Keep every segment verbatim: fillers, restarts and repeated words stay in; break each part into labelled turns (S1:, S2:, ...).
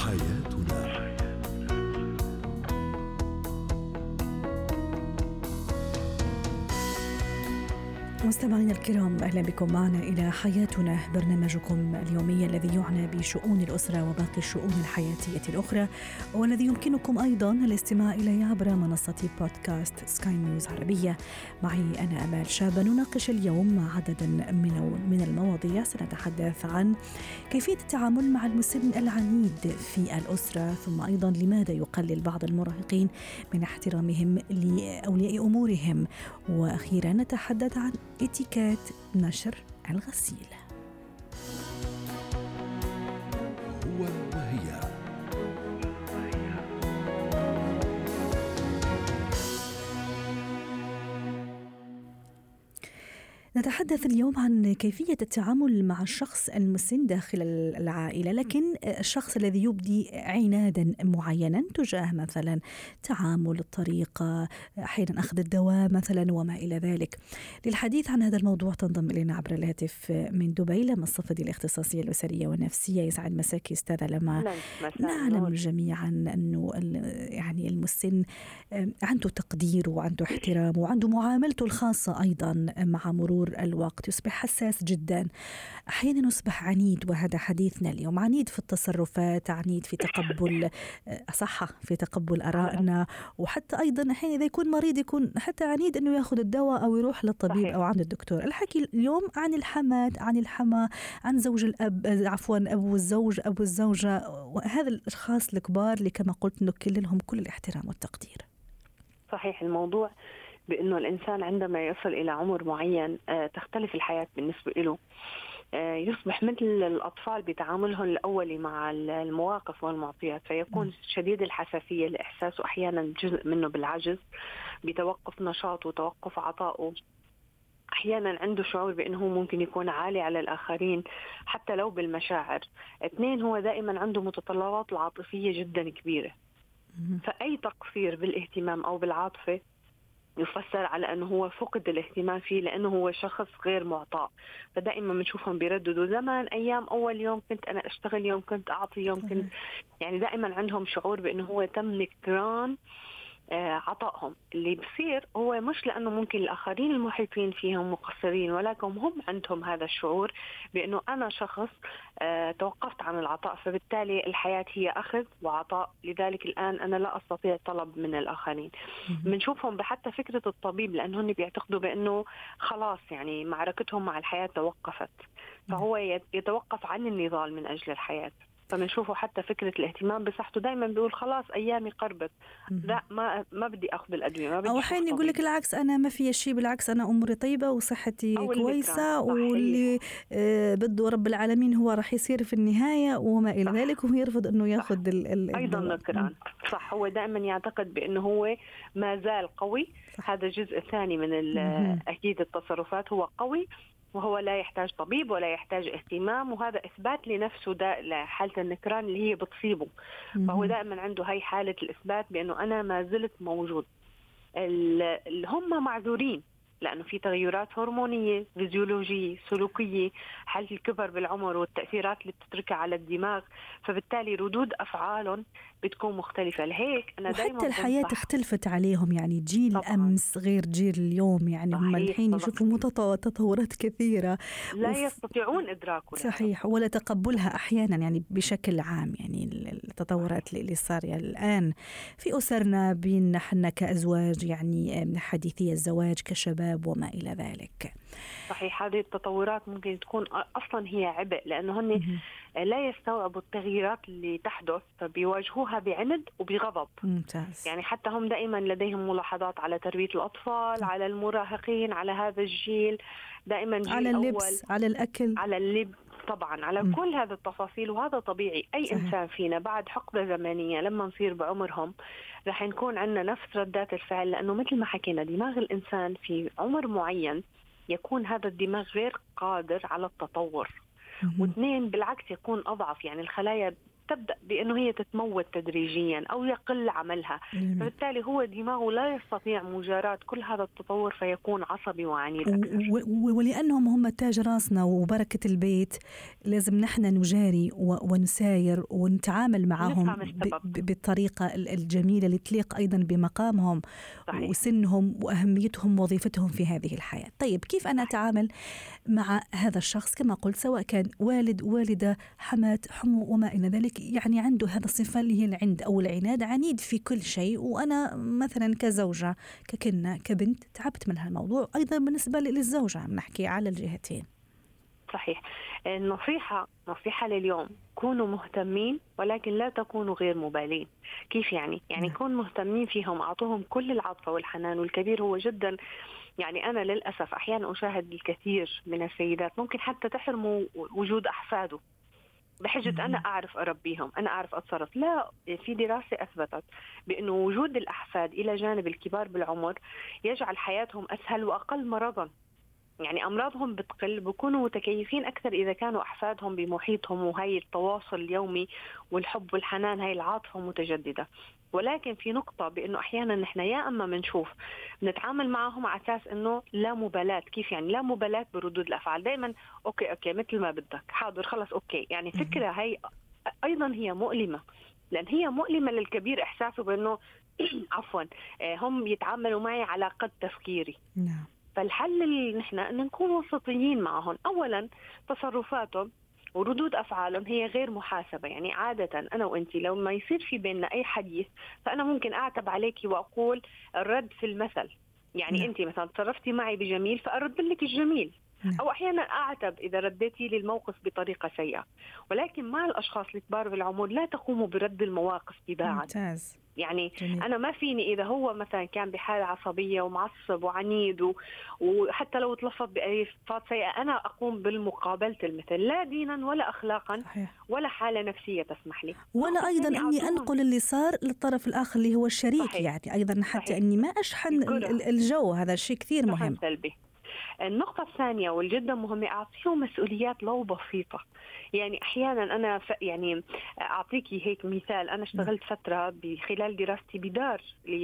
S1: حياتنا.
S2: مستمعينا الكرام، أهلا بكم معنا إلى حياتنا، برنامجكم اليومي الذي يعنى بشؤون الأسرة وباقي الشؤون الحياتية الأخرى، والذي يمكنكم أيضا الاستماع إليه عبر منصة بودكاست سكاي نيوز عربية. معي أنا أمال شابة. نناقش اليوم عددا من من المواضيع. سنتحدث عن كيفية التعامل مع المسن العنيد في الأسرة، ثم أيضا لماذا يقلل بعض المراهقين من احترامهم لأولياء أمورهم، وأخيرا نتحدث عن اتيكيت نشر الغسيل.
S1: هو وهي.
S2: نتحدث اليوم عن كيفية التعامل مع الشخص المسن داخل العائلة، لكن الشخص الذي يبدي عنادا معينا تجاه مثلا تعامل، الطريقة، أحيانا أخذ الدواء مثلا وما إلى ذلك. للحديث عن هذا الموضوع تنضم إلينا عبر الهاتف من دبي لما الصفدي الاختصاصية الأسرية والنفسية. يسعد مساكي أستاذة لما. نعلم جميعا أنه يعني المسن عنده تقدير وعنده احترام وعنده معاملته الخاصة أيضا مع مرور الوقت. يصبح حساس جدا، أحيانا يصبح عنيد، وهذا حديثنا اليوم. عنيد في التصرفات، عنيد في تقبل صح في تقبل آرائنا، وحتى أيضا أحيانا إذا يكون مريض يكون حتى عنيد أنه يأخذ الدواء أو يروح للطبيب أو عند الدكتور. الحكي اليوم عن الحماد، عن الحما، عن زوج الأب، عفوا أبو الزوج، أبو الزوجة، وهذا الأشخاص الكبار اللي كما قلت نكللهم كل الاحترام والتقدير.
S3: صحيح. الموضوع بأنه الإنسان عندما يصل إلى عمر معين تختلف الحياة بالنسبة له، يصبح مثل الأطفال بتعاملهم الأولي مع المواقف والمعطيات، فيكون شديد الحساسية لإحساسه أحيانا جزء منه بالعجز، بتوقف نشاطه وتوقف عطائه. أحيانا عنده شعور بأنه ممكن يكون عالي على الآخرين حتى لو بالمشاعر. اثنين، هو دائما عنده متطلبات العاطفية جدا كبيرة، فأي تقصير بالاهتمام أو بالعاطفة يفسر على أنه هو فقد الاهتمام فيه، لأنه هو شخص غير معطاء. فدائما بنشوفهم بيرددوا زمان أيام أول يوم كنت أنا أشتغل، يوم كنت أعطي، يوم كنت، يعني دائما عندهم شعور بأنه هو تم نكران عطائهم. اللي بصير هو مش لأنه ممكن الآخرين المحيطين فيهم مقصرين، ولكن هم عندهم هذا الشعور بأنه أنا شخص توقفت عن العطاء، فبالتالي الحياة هي أخذ وعطاء، لذلك الآن أنا لا أستطيع طلب من الآخرين. بنشوفهم بحتى فكرة الطبيب، لأنهم بيعتقدوا بأنه خلاص يعني معركتهم مع الحياة توقفت، فهو يتوقف عن النضال من أجل الحياة. فبنشوفه حتى فكرة الاهتمام بصحته دائما بيقول خلاص أيامي قربت، لا ما ما بدي أخذ الأدوية، ما بدي.
S2: أو حين يقول لك العكس، أنا ما في شيء، بالعكس أنا أموري طيبة وصحتي كويسة، واللي آه بده رب العالمين هو راح يصير في النهاية وما إلى ذلك، وهو يرفض إنه يأخذ ال
S3: أيضا نكران. صح. هو دائما يعتقد بأنه هو ما زال قوي. صح. هذا جزء ثاني من أكيد التصرفات، هو قوي وهو لا يحتاج طبيب ولا يحتاج اهتمام، وهذا إثبات لنفسه ده لحالة النكران اللي هي بتصيبه. فهو دائما عنده هاي حالة الإثبات بأنه أنا ما زلت موجود. اللي هم معذورين لأنه في تغيرات هرمونية، فيزيولوجية، سلوكية، حالة الكبر بالعمر والتأثيرات اللي بتتركها على الدماغ، فبالتالي ردود أفعالهم بتكون مختلفة. لهيك أنا دايما
S2: وحتى الحياة اختلفت عليهم، يعني جيل طبعاً. أمس غير جيل اليوم، يعني هم الحين يشوفوا تطورات كثيرة
S3: لا وف... يستطيعون إدراكها.
S2: صحيح. ولا تقبلها أحيانا يعني بشكل عام، يعني التطورات اللي صارت الآن في أسرنا بيننا حنا كأزواج، يعني حديثي الزواج كشباب وما إلى ذلك.
S3: صحيح. هذه التطورات ممكن تكون أصلا هي عبء، لأنه هن لا يستوعبوا التغييرات اللي تحدث، فبيواجهوها بعند وبغضب.
S2: ممتاز.
S3: يعني حتى هم دائما لديهم ملاحظات على تربية الأطفال، على المراهقين، على هذا الجيل، دائما جيل
S2: على اللبس،
S3: أول،
S2: على الأكل،
S3: على اللب طبعا، على م. كل هذا التفاصيل. وهذا طبيعي. أي صحيح. إنسان فينا بعد حقبة زمنية لما نصير بعمرهم رح نكون عندنا نفس ردات الفعل، لأنه مثل ما حكينا دماغ الإنسان في عمر معين يكون هذا الدماغ غير قادر على التطور، واثنين بالعكس يكون أضعف. يعني الخلايا تبدأ بأنه هي تتموت تدريجيا أو يقل عملها.
S2: مم.
S3: فبالتالي هو دماغه لا يستطيع مجاراة كل هذا التطور فيكون عصبي وعنيد أكثر.
S2: و- و- ولأنهم هم تاج راسنا وبركة البيت، لازم نحن نجاري و- ونساير ونتعامل معهم
S3: نفهم السبب.
S2: ب- ب- بالطريقة ال- الجميلة اللي تليق أيضا بمقامهم
S3: صحيح.
S2: وسنهم وأهميتهم ووظيفتهم في هذه الحياة. طيب كيف أنا أتعامل مع هذا الشخص كما قلت، سواء كان والد والدة حماة حمو وما إلى ذلك، يعني عنده هذا الصفة اللي هي العند أو العناد، عنيد في كل شيء، وأنا مثلا كزوجة ككنة كبنت تعبت من هالموضوع. أيضا بالنسبة للزوجة عم نحكي على الجهتين.
S3: صحيح. النصيحة نصيحة لليوم، كونوا مهتمين ولكن لا تكونوا غير مبالين. كيف يعني؟ يعني
S2: نعم.
S3: كونوا مهتمين فيهم، أعطوهم كل العطف والحنان. والكبير هو جدا، يعني أنا للأسف أحيانا أشاهد الكثير من السيدات ممكن حتى تحرموا وجود أحفاده بحجة أنا أعرف أربيهم، أنا أعرف أتصرف. لا، في دراسة أثبتت بأنه وجود الأحفاد إلى جانب الكبار بالعمر يجعل حياتهم أسهل وأقل مرضاً. يعني أمراضهم بتقل، بيكونوا متكيفين أكثر إذا كانوا أحفادهم بمحيطهم، وهي التواصل اليومي والحب والحنان، هاي العاطفة متجددة. ولكن في نقطة بأنه أحيانا نحن يا أما منشوف نتعامل معهم على أساس أنه لا مبالاة. كيف يعني لا مبالاة بردود الأفعال؟ دايما أوكي أوكي مثل ما بدك، حاضر خلص أوكي. يعني فكرة هاي أيضا هي مؤلمة، لأن هي مؤلمة للكبير إحساسه بأنه عفوا هم يتعاملوا معي على قد تفكيري.
S2: نعم.
S3: فالحل اللي نحن أن نكون وسطيين معهم. أولا تصرفاتهم وردود أفعالهم هي غير محاسبة. يعني عادة أنا وأنتي لو ما يصير في بيننا أي حديث فأنا ممكن أعتب عليكي وأقول الرد في المثل. يعني
S2: نعم.
S3: أنتي مثلا تصرفتي معي بجميل فأرد لك الجميل.
S2: نعم.
S3: أو أحيانا أعتب إذا رديتي للموقف بطريقة سيئة. ولكن مع الأشخاص الكبار بالعمر لا تقوموا برد المواقف تباعا.
S2: ممتاز.
S3: يعني
S2: جميل.
S3: أنا ما فيني إذا هو مثلا كان بحالة عصبية ومعصب وعنيد و... وحتى لو تلفظ بأي صفات سيئة أنا أقوم بالمقابلة المثل، لا دينا ولا أخلاقا.
S2: صحيح.
S3: ولا حالة نفسية تسمح لي.
S2: ولا أيضا
S3: يعني
S2: أني
S3: أعطوهم.
S2: أنقل اللي صار للطرف الآخر اللي هو الشريك.
S3: صحيح.
S2: يعني أيضا حتى
S3: صحيح.
S2: أني ما أشحن
S3: الكرة.
S2: ال- الجو، هذا الشيء كثير مهم.
S3: سلبي. النقطة الثانية والجدا مهمة، أعطيهم مسؤوليات لو بسيطة. يعني أحيانا أنا ف... يعني أعطيكي هيك مثال، أنا اشتغلت فترة بخلال دراستي بدار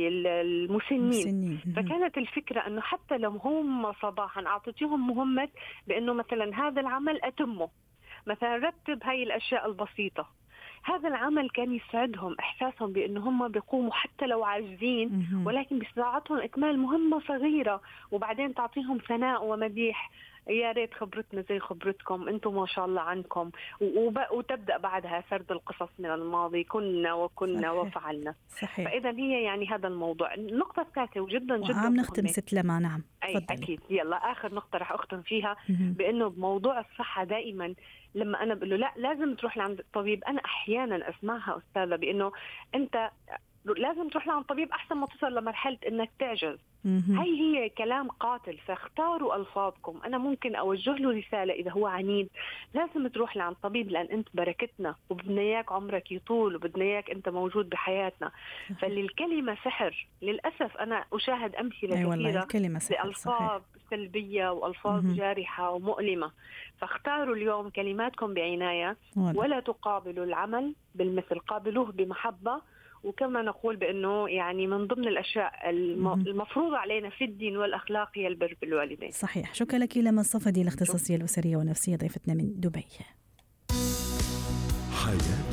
S3: للمسنين.
S2: مسنين.
S3: فكانت الفكرة أنه حتى لو هم صباحا أعطيتهم مهمة بأنه مثلا هذا العمل أتمه، مثلا رتب هاي الأشياء البسيطة، هذا العمل كان يسعدهم، إحساسهم بأنه هم بيقوموا حتى لو عاجزين
S2: مهم.
S3: ولكن بيستطيعوا إكمال مهمة صغيرة. وبعدين تعطيهم ثناء ومديح، يا ريت خبرتنا زي خبرتكم، أنتم ما شاء الله عنكم. وب... وتبدأ بعدها سرد القصص من الماضي، كنا وكنا
S2: صحيح.
S3: وفعلنا.
S2: صحيح.
S3: فإذا هي يعني هذا الموضوع. النقطة الثالثة وجدا جدا
S2: وعم نختم
S3: مهمة.
S2: ست لما. نعم.
S3: أي
S2: تفضلي.
S3: أكيد. يلا آخر نقطة رح أختم فيها
S2: مهم.
S3: بأنه بموضوع الصحة دائما لما أنا بقول له لا لازم تروح لعند الطبيب، أنا أحيانا أسمعها أستاذة بأنه أنت لازم تروح لعند الطبيب أحسن ما تصل لمرحلة أنك تعجز.
S2: مهم.
S3: هاي هي كلام قاتل. فاختاروا ألفاظكم. أنا ممكن أوجه له رسالة إذا هو عنيد، لازم تروح لعند الطبيب لأن أنت بركتنا وبدنا إياك عمرك يطول وبدنا إياك أنت موجود بحياتنا. فللكلمة سحر. للأسف أنا أشاهد أمثلة
S2: أي والله
S3: كثيرة
S2: الكلمة سحر.
S3: بألفاظ
S2: صحيح.
S3: سلبية وألفاظ
S2: مهم.
S3: جارحة ومؤلمة. فاختاروا اليوم كلماتكم بعناية
S2: والله.
S3: ولا تقابلوا العمل بالمثل، قابلوه بمحبة. وكما نقول بأنه يعني من ضمن الأشياء الم-
S2: مهم.
S3: المفروضة علينا في الدين والأخلاق هي البر بالوالدين.
S2: صحيح. شكرا لك لما الصفدي، الاختصاصية الأسرية والنفسية، ضيفتنا من دبي.
S1: حياة